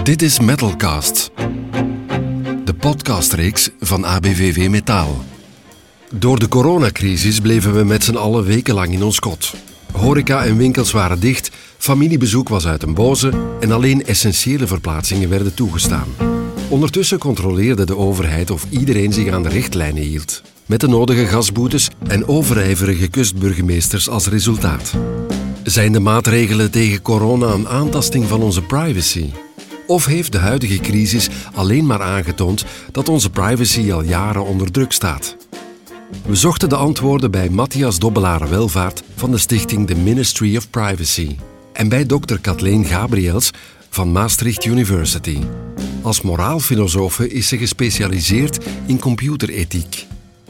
Dit is Metalcast, de podcastreeks van ABVV Metaal. Door de coronacrisis bleven we met z'n allen wekenlang in ons kot. Horeca en winkels waren dicht, familiebezoek was uit den boze en alleen essentiële verplaatsingen werden toegestaan. Ondertussen controleerde de overheid of iedereen zich aan de richtlijnen hield, met de nodige gasboetes en overijverige kustburgemeesters als resultaat. Zijn de maatregelen tegen corona een aantasting van onze privacy? Of heeft de huidige crisis alleen maar aangetoond dat onze privacy al jaren onder druk staat? We zochten de antwoorden bij Matthias Dobbelaere-Welvaart van de stichting The Ministry of Privacy en bij Dr. Kathleen Gabriels van Maastricht University. Als moraalfilosofe is ze gespecialiseerd in computerethiek.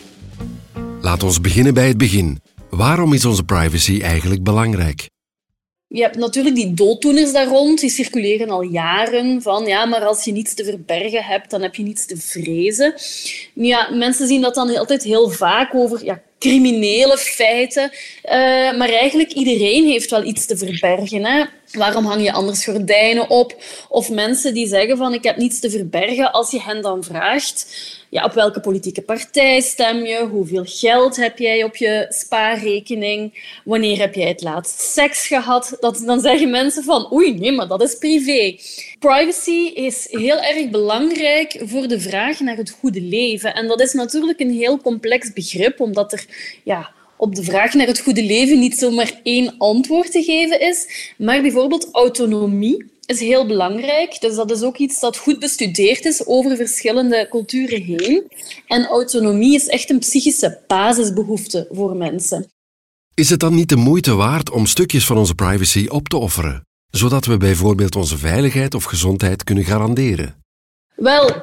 Laat ons beginnen bij het begin. Waarom is onze privacy eigenlijk belangrijk? Je hebt natuurlijk die dooddoeners daar rond, die circuleren al jaren van ja, maar als je niets te verbergen hebt, dan heb je niets te vrezen. Ja, mensen zien dat dan altijd heel vaak over criminele feiten, maar eigenlijk iedereen heeft wel iets te verbergen, hè? Waarom hang je anders gordijnen op? Of mensen die zeggen van ik heb niets te verbergen, als je hen dan vraagt op welke politieke partij stem je, hoeveel geld heb jij op je spaarrekening, wanneer heb jij het laatst seks gehad, dan zeggen mensen van oei, nee, maar dat is privé. Privacy is heel erg belangrijk voor de vraag naar het goede leven. En dat is natuurlijk een heel complex begrip, omdat er op de vraag naar het goede leven niet zomaar één antwoord te geven is. Maar bijvoorbeeld autonomie is heel belangrijk. Dus dat is ook iets dat goed bestudeerd is over verschillende culturen heen. En autonomie is echt een psychische basisbehoefte voor mensen. Is het dan niet de moeite waard om stukjes van onze privacy op te offeren, zodat we bijvoorbeeld onze veiligheid of gezondheid kunnen garanderen? Wel,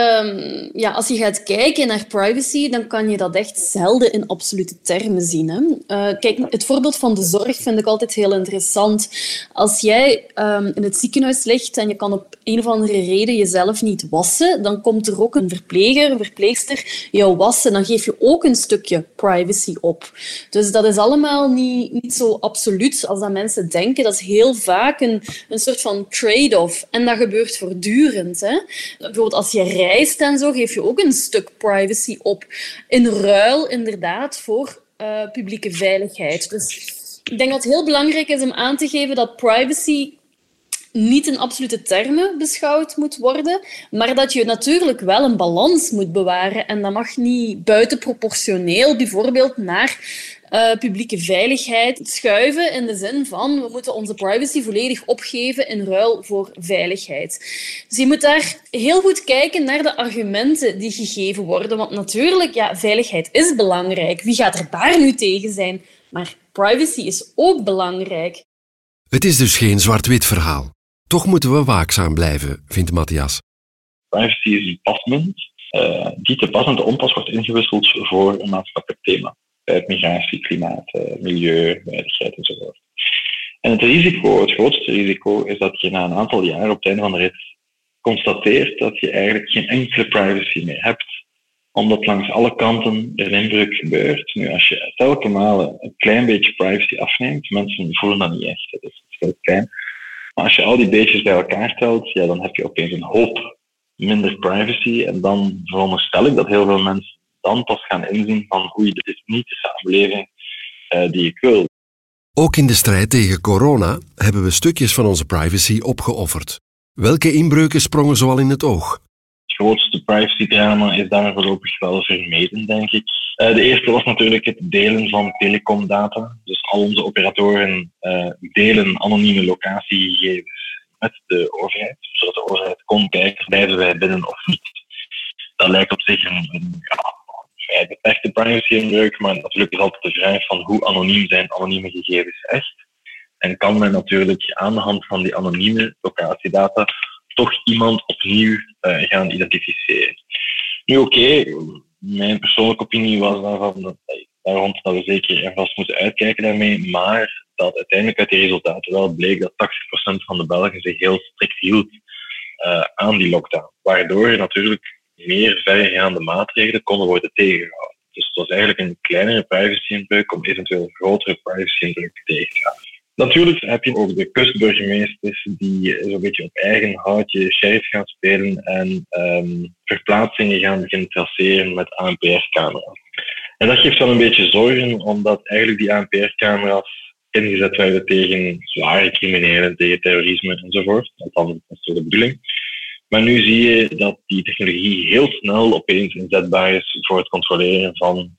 als je gaat kijken naar privacy, dan kan je dat echt zelden in absolute termen zien. Hè? Kijk, het voorbeeld van de zorg vind ik altijd heel interessant. Als jij in het ziekenhuis ligt en je kan op een of andere reden jezelf niet wassen, dan komt er ook een verpleger, een verpleegster, jou wassen. Dan geef je ook een stukje privacy op. Dus dat is allemaal niet zo absoluut als dat mensen denken. Dat is heel vaak een soort van trade-off. En dat gebeurt voortdurend. Hè? Bijvoorbeeld als je reist en zo, geef je ook een stuk privacy op. In ruil, inderdaad, voor publieke veiligheid. Dus ik denk dat het heel belangrijk is om aan te geven dat privacy niet in absolute termen beschouwd moet worden, maar dat je natuurlijk wel een balans moet bewaren. En dat mag niet buitenproportioneel bijvoorbeeld naar publieke veiligheid schuiven in de zin van we moeten onze privacy volledig opgeven in ruil voor veiligheid. Dus je moet daar heel goed kijken naar de argumenten die gegeven worden, want natuurlijk, veiligheid is belangrijk. Wie gaat er daar nu tegen zijn? Maar privacy is ook belangrijk. Het is dus geen zwart-wit verhaal. Toch moeten we waakzaam blijven, vindt Matthias. Privacy is een pasmunt die te pas en te onpas wordt ingewisseld voor een maatschappelijk thema. Bij het migratie, klimaat, milieu, veiligheid enzovoort. En het grootste risico, is dat je na een aantal jaar op het einde van de rit constateert dat je eigenlijk geen enkele privacy meer hebt, omdat langs alle kanten er een inbreuk gebeurt. Nu, als je telkens malen een klein beetje privacy afneemt, mensen voelen dat niet echt, het is heel klein. Maar als je al die beetjes bij elkaar telt, dan heb je opeens een hoop minder privacy. En dan veronderstel ik dat heel veel mensen dan pas gaan inzien van oei, dit is niet de samenleving die ik wil. Ook in de strijd tegen corona hebben we stukjes van onze privacy opgeofferd. Welke inbreuken sprongen zoal in het oog? Het grootste privacy-drama is daar voorlopig wel vermeden, denk ik. De eerste was natuurlijk het delen van telecomdata. Dus al onze operatoren delen anonieme locatiegegevens met de overheid, zodat de overheid kon kijken, blijven wij binnen of niet. Dat lijkt op zich een vrij beperkte privacy-inbreuk, maar natuurlijk is altijd de vraag van hoe anoniem zijn anonieme gegevens echt. En kan men natuurlijk aan de hand van die anonieme locatiedata toch iemand opnieuw gaan identificeren. Nu oké, mijn persoonlijke opinie was daar rond dat we zeker en vast moeten uitkijken daarmee, maar dat uiteindelijk uit die resultaten wel bleek dat 80% van de Belgen zich heel strikt hield aan die lockdown, waardoor er natuurlijk meer verregaande maatregelen konden worden tegengehouden. Dus het was eigenlijk een kleinere privacy-inbreuk om eventueel een grotere privacy-inbreuk tegen te gaan. Natuurlijk heb je ook de kustburgemeesters die zo'n beetje op eigen houtje sheriff gaan spelen en verplaatsingen gaan beginnen traceren met ANPR-camera's. En dat geeft wel een beetje zorgen, omdat eigenlijk die ANPR-camera's ingezet werden tegen zware criminelen, tegen terrorisme enzovoort. Althans, dat is de bedoeling. Maar nu zie je dat die technologie heel snel opeens inzetbaar is voor het controleren van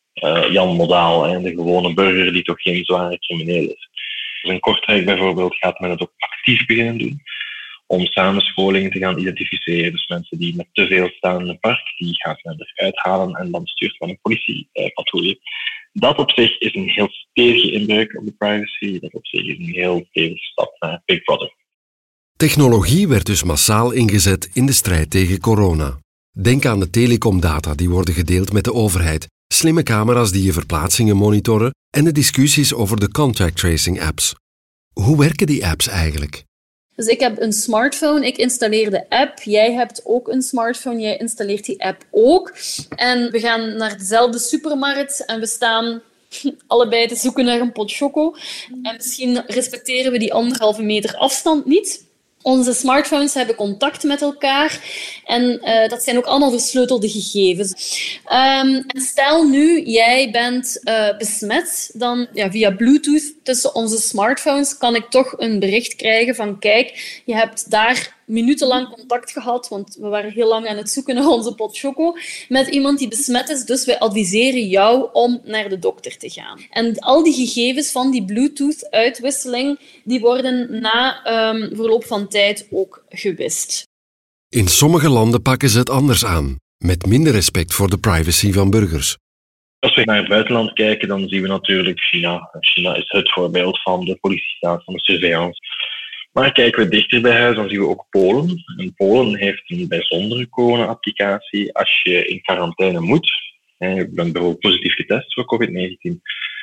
Jan Modaal, de gewone burger die toch geen zware crimineel is. Dus in Kortrijk bijvoorbeeld gaat men het ook actief beginnen doen om samenscholingen te gaan identificeren. Dus mensen die met te veel staan in een park, die gaat men eruit halen en dan stuurt men een politiepatrouille. Dat op zich is een heel stevige inbreuk op de privacy. Dat op zich is een heel stevige stap naar Big Brother. Technologie werd dus massaal ingezet in de strijd tegen corona. Denk aan de telecomdata die worden gedeeld met de overheid, slimme camera's die je verplaatsingen monitoren en de discussies over de contact tracing apps. Hoe werken die apps eigenlijk? Dus ik heb een smartphone, ik installeer de app. Jij hebt ook een smartphone, jij installeert die app ook. En we gaan naar dezelfde supermarkt en we staan allebei te zoeken naar een pot choco. En misschien respecteren we die 1,5 meter afstand niet. Onze smartphones hebben contact met elkaar en dat zijn ook allemaal versleutelde gegevens. En stel nu, jij bent besmet, dan via Bluetooth tussen onze smartphones kan ik toch een bericht krijgen van kijk, je hebt daar minutenlang contact gehad, want we waren heel lang aan het zoeken naar onze pot choco, met iemand die besmet is, dus wij adviseren jou om naar de dokter te gaan. En al die gegevens van die Bluetooth-uitwisseling, die worden na verloop van tijd ook gewist. In sommige landen pakken ze het anders aan, met minder respect voor de privacy van burgers. Als we naar het buitenland kijken, dan zien we natuurlijk China. China is het voorbeeld van de politiestaat, van de surveillance. Maar kijken we dichter bij huis, dan zien we ook Polen. En Polen heeft een bijzondere corona-applicatie. Als je in quarantaine moet, je bent bijvoorbeeld positief getest voor COVID-19,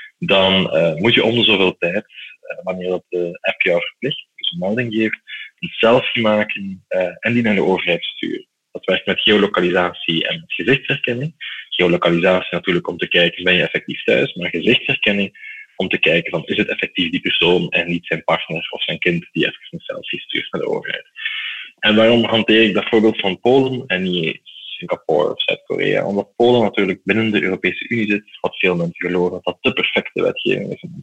dan moet je om de zoveel tijd, wanneer dat de app jou verplicht, dus een melding geeft, een selfie maken en die naar de overheid sturen. Dat werkt met geolokalisatie en met gezichtsherkenning. Geolokalisatie natuurlijk om te kijken, ben je effectief thuis, maar gezichtsherkenning om te kijken van, is het effectief die persoon en niet zijn partner of zijn kind die even een selfie stuurt naar de overheid. En waarom hanteer ik dat voorbeeld van Polen en niet Singapore of Zuid-Korea? Omdat Polen natuurlijk binnen de Europese Unie zit, wat veel mensen geloven dat dat de perfecte wetgeving is.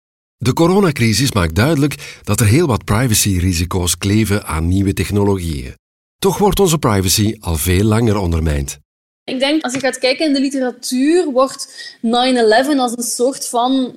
De coronacrisis maakt duidelijk dat er heel wat privacyrisico's kleven aan nieuwe technologieën. Toch wordt onze privacy al veel langer ondermijnd. Ik denk, als je gaat kijken in de literatuur, wordt 9/11 als een soort van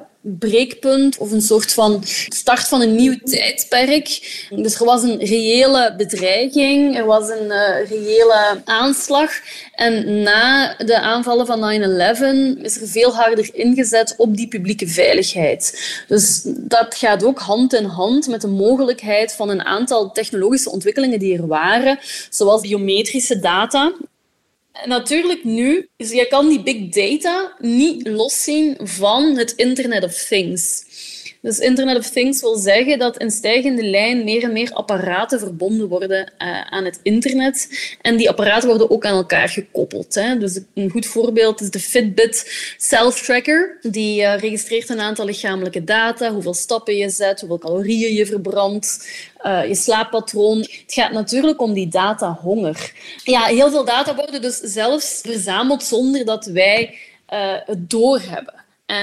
breekpunt of een soort van start van een nieuw tijdperk. Dus er was een reële bedreiging, er was een reële aanslag. En na de aanvallen van 9/11 is er veel harder ingezet op die publieke veiligheid. Dus dat gaat ook hand in hand met de mogelijkheid van een aantal technologische ontwikkelingen die er waren, zoals biometrische data. En natuurlijk nu, dus je kan die big data niet loszien van het Internet of Things. Dus Internet of Things wil zeggen dat in stijgende lijn meer en meer apparaten verbonden worden aan het internet. En die apparaten worden ook aan elkaar gekoppeld. Hè. Dus een goed voorbeeld is de Fitbit Self-Tracker. Die registreert een aantal lichamelijke data, hoeveel stappen je zet, hoeveel calorieën je verbrandt, je slaappatroon. Het gaat natuurlijk om die datahonger. Ja, heel veel data worden dus zelfs verzameld zonder dat wij het doorhebben.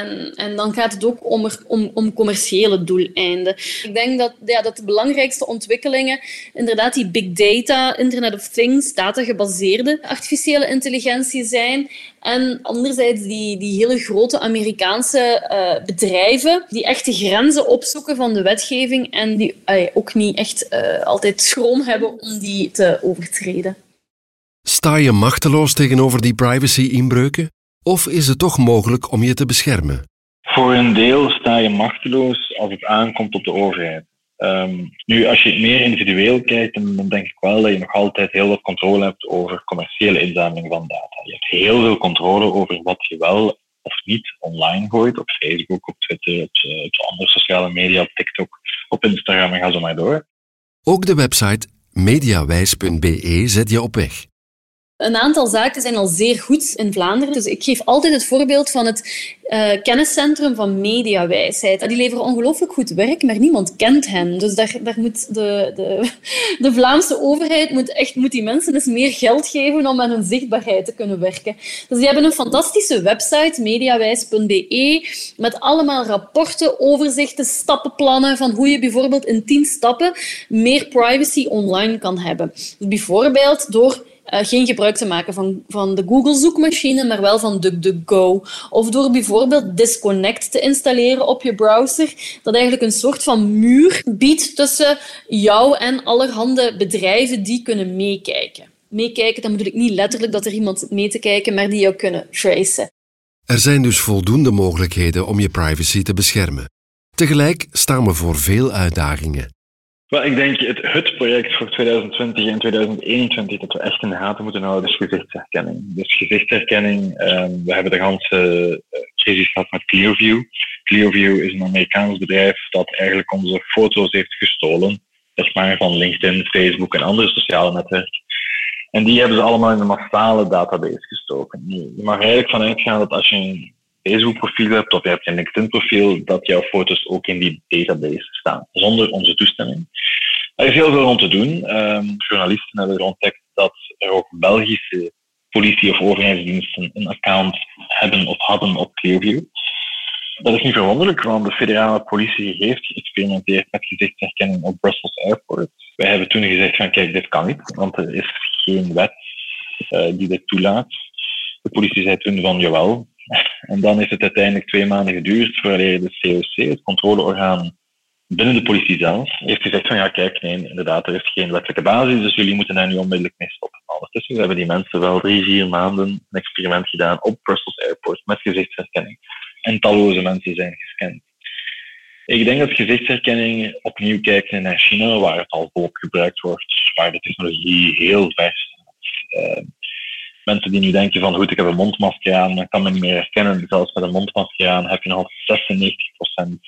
En dan gaat het ook om commerciële doeleinden. Ik denk dat de belangrijkste ontwikkelingen inderdaad die big data, Internet of Things, datagebaseerde artificiële intelligentie zijn. En anderzijds die hele grote Amerikaanse bedrijven die echt de grenzen opzoeken van de wetgeving en die ook niet echt altijd schroom hebben om die te overtreden. Sta je machteloos tegenover die privacy-inbreuken? Of is het toch mogelijk om je te beschermen? Voor een deel sta je machteloos als het aankomt op de overheid. Nu, als je meer individueel kijkt, dan denk ik wel dat je nog altijd heel wat controle hebt over commerciële inzameling van data. Je hebt heel veel controle over wat je wel of niet online gooit, op Facebook, op Twitter, op andere sociale media, op TikTok, op Instagram en ga zo maar door. Ook de website mediawijs.be zet je op weg. Een aantal zaken zijn al zeer goed in Vlaanderen. Dus ik geef altijd het voorbeeld van het kenniscentrum van Mediawijsheid. Die leveren ongelooflijk goed werk, maar niemand kent hen. Dus daar moet de Vlaamse overheid moet die mensen dus meer geld geven om aan hun zichtbaarheid te kunnen werken. Dus die hebben een fantastische website, mediawijs.be, met allemaal rapporten, overzichten, stappenplannen van hoe je bijvoorbeeld in 10 stappen meer privacy online kan hebben. Dus bijvoorbeeld door geen gebruik te maken van de Google-zoekmachine, maar wel van DuckDuckGo. Of door bijvoorbeeld Disconnect te installeren op je browser, dat eigenlijk een soort van muur biedt tussen jou en allerhande bedrijven die kunnen meekijken. Meekijken, dan bedoel ik niet letterlijk dat er iemand zit mee te kijken, maar die jou kunnen tracen. Er zijn dus voldoende mogelijkheden om je privacy te beschermen. Tegelijk staan we voor veel uitdagingen. Wel, ik denk het project voor 2020 en 2021 dat we echt in de gaten moeten houden is gezichtsherkenning. Dus gezichtsherkenning, we hebben de hele crisis gehad met Clearview. Clearview is een Amerikaans bedrijf dat eigenlijk onze foto's heeft gestolen, zeg maar, van LinkedIn, Facebook en andere sociale netwerken. En die hebben ze allemaal in een massale database gestoken. Je mag er eigenlijk van uitgaan dat als je een Facebook-profiel hebt of je hebt een LinkedIn-profiel, dat jouw foto's ook in die database staan, zonder onze toestemming. Daar is heel veel om te doen. Journalisten hebben er ontdekt dat er ook Belgische politie- of overheidsdiensten een account hebben of hadden op Clearview. Dat is niet verwonderlijk, want de federale politie heeft geëxperimenteerd met gezichtsherkenning op Brussels Airport. Wij hebben toen gezegd van kijk, dit kan niet, want er is geen wet die dit toelaat. De politie zei toen van jawel. En dan heeft het uiteindelijk 2 maanden geduurd voordat de COC, het controleorgaan binnen de politie zelf, heeft gezegd van ja, kijk, nee, inderdaad, er is geen wettelijke basis, dus jullie moeten daar nu onmiddellijk mee stoppen. Ondertussen hebben die mensen wel 3-4 maanden een experiment gedaan op Brussels Airport met gezichtsherkenning. En talloze mensen zijn gescand. Ik denk dat gezichtsherkenning opnieuw kijkt naar China, waar het al volop gebruikt wordt, waar de technologie heel ver staat. Mensen die nu denken van goed, ik heb een mondmasker aan, dan kan men niet meer herkennen. Zelfs met een mondmasker aan heb je nog 96%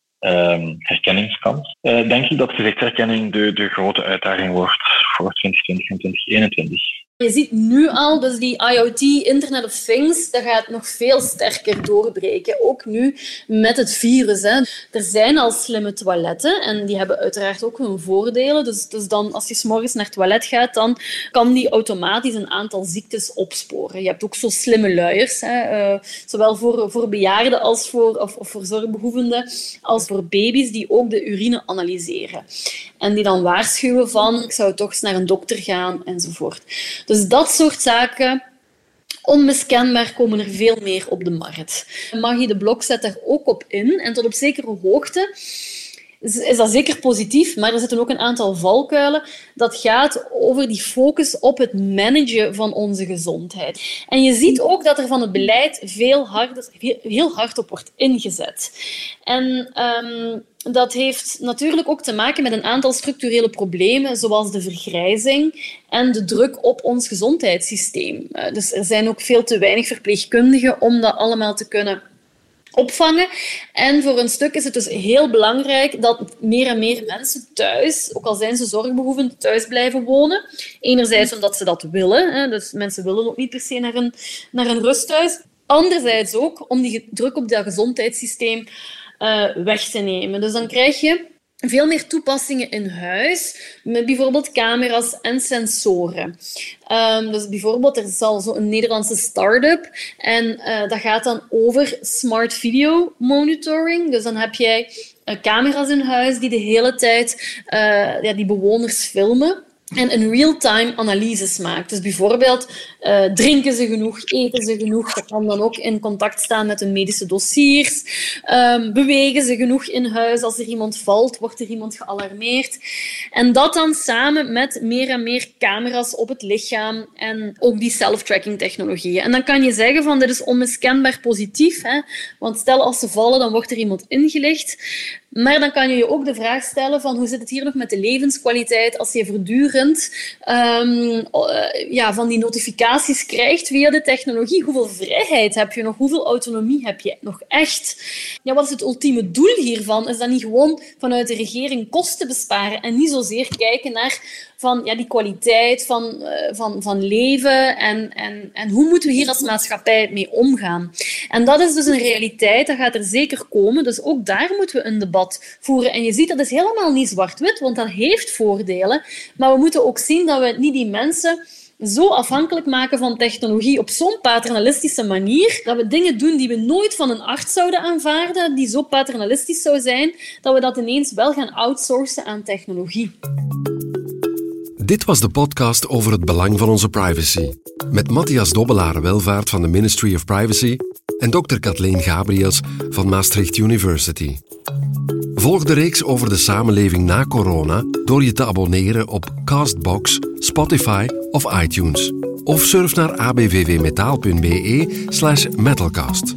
herkenningskans. Denk ik dat gezichtsherkenning de grote uitdaging wordt voor 2020 en 2021. Je ziet nu al, dus die IoT, Internet of Things, dat gaat nog veel sterker doorbreken. Ook nu met het virus. Hè. Er zijn al slimme toiletten en die hebben uiteraard ook hun voordelen. Dus dan, als je 's morgens naar het toilet gaat, dan kan die automatisch een aantal ziektes opsporen. Je hebt ook zo slimme luiers, hè, zowel voor bejaarden als voor zorgbehoevenden, als voor baby's die ook de urine analyseren. En die dan waarschuwen van, ik zou toch eens naar een dokter gaan, enzovoort. Dus dat soort zaken, onmiskenbaar, komen er veel meer op de markt. Magie de Blok zet daar ook op in. En tot op zekere hoogte is dat zeker positief, maar er zitten ook een aantal valkuilen. Dat gaat over die focus op het managen van onze gezondheid. En je ziet ook dat er van het beleid heel hard op wordt ingezet. En dat heeft natuurlijk ook te maken met een aantal structurele problemen, zoals de vergrijzing en de druk op ons gezondheidssysteem. Dus er zijn ook veel te weinig verpleegkundigen om dat allemaal te kunnen opvangen. En voor een stuk is het dus heel belangrijk dat meer en meer mensen thuis, ook al zijn ze zorgbehoevend, thuis blijven wonen. Enerzijds omdat ze dat willen, hè, dus mensen willen ook niet per se naar een rusthuis. Anderzijds ook om die druk op dat gezondheidssysteem weg te nemen. Dus dan krijg je veel meer toepassingen in huis, met bijvoorbeeld camera's en sensoren. Dus bijvoorbeeld, er is al zo'n Nederlandse start-up en dat gaat dan over smart video monitoring. Dus dan heb jij camera's in huis die de hele tijd die bewoners filmen en een real-time analyses maakt. Dus bijvoorbeeld, drinken ze genoeg, eten ze genoeg, dat kan dan ook in contact staan met hun medische dossiers. Bewegen ze genoeg in huis, als er iemand valt, wordt er iemand gealarmeerd. En dat dan samen met meer en meer camera's op het lichaam en ook die self-tracking technologieën. En dan kan je zeggen van, dit is onmiskenbaar positief, hè? Want stel als ze vallen, dan wordt er iemand ingelicht. Maar dan kan je je ook de vraag stellen van hoe zit het hier nog met de levenskwaliteit als je voortdurend van die notificaties krijgt via de technologie. Hoeveel vrijheid heb je nog? Hoeveel autonomie heb je nog echt? Ja, wat is het ultieme doel hiervan? Is dat niet gewoon vanuit de regering kosten besparen en niet zozeer zozeer kijken naar die kwaliteit van leven en hoe moeten we hier als maatschappij mee omgaan. En dat is dus een realiteit, dat gaat er zeker komen. Dus ook daar moeten we een debat voeren. En je ziet, dat is helemaal niet zwart-wit, want dat heeft voordelen. Maar we moeten ook zien dat we niet die mensen zo afhankelijk maken van technologie op zo'n paternalistische manier, dat we dingen doen die we nooit van een arts zouden aanvaarden, die zo paternalistisch zou zijn, dat we dat ineens wel gaan outsourcen aan technologie. Dit was de podcast over het belang van onze privacy. Met Matthias Dobbelaar-Welvaart van de Ministry of Privacy en Dr. Kathleen Gabriels van Maastricht University. Volg de reeks over de samenleving na corona door je te abonneren op Castbox, Spotify of iTunes. Of surf naar abvvmetaal.be/metalcast.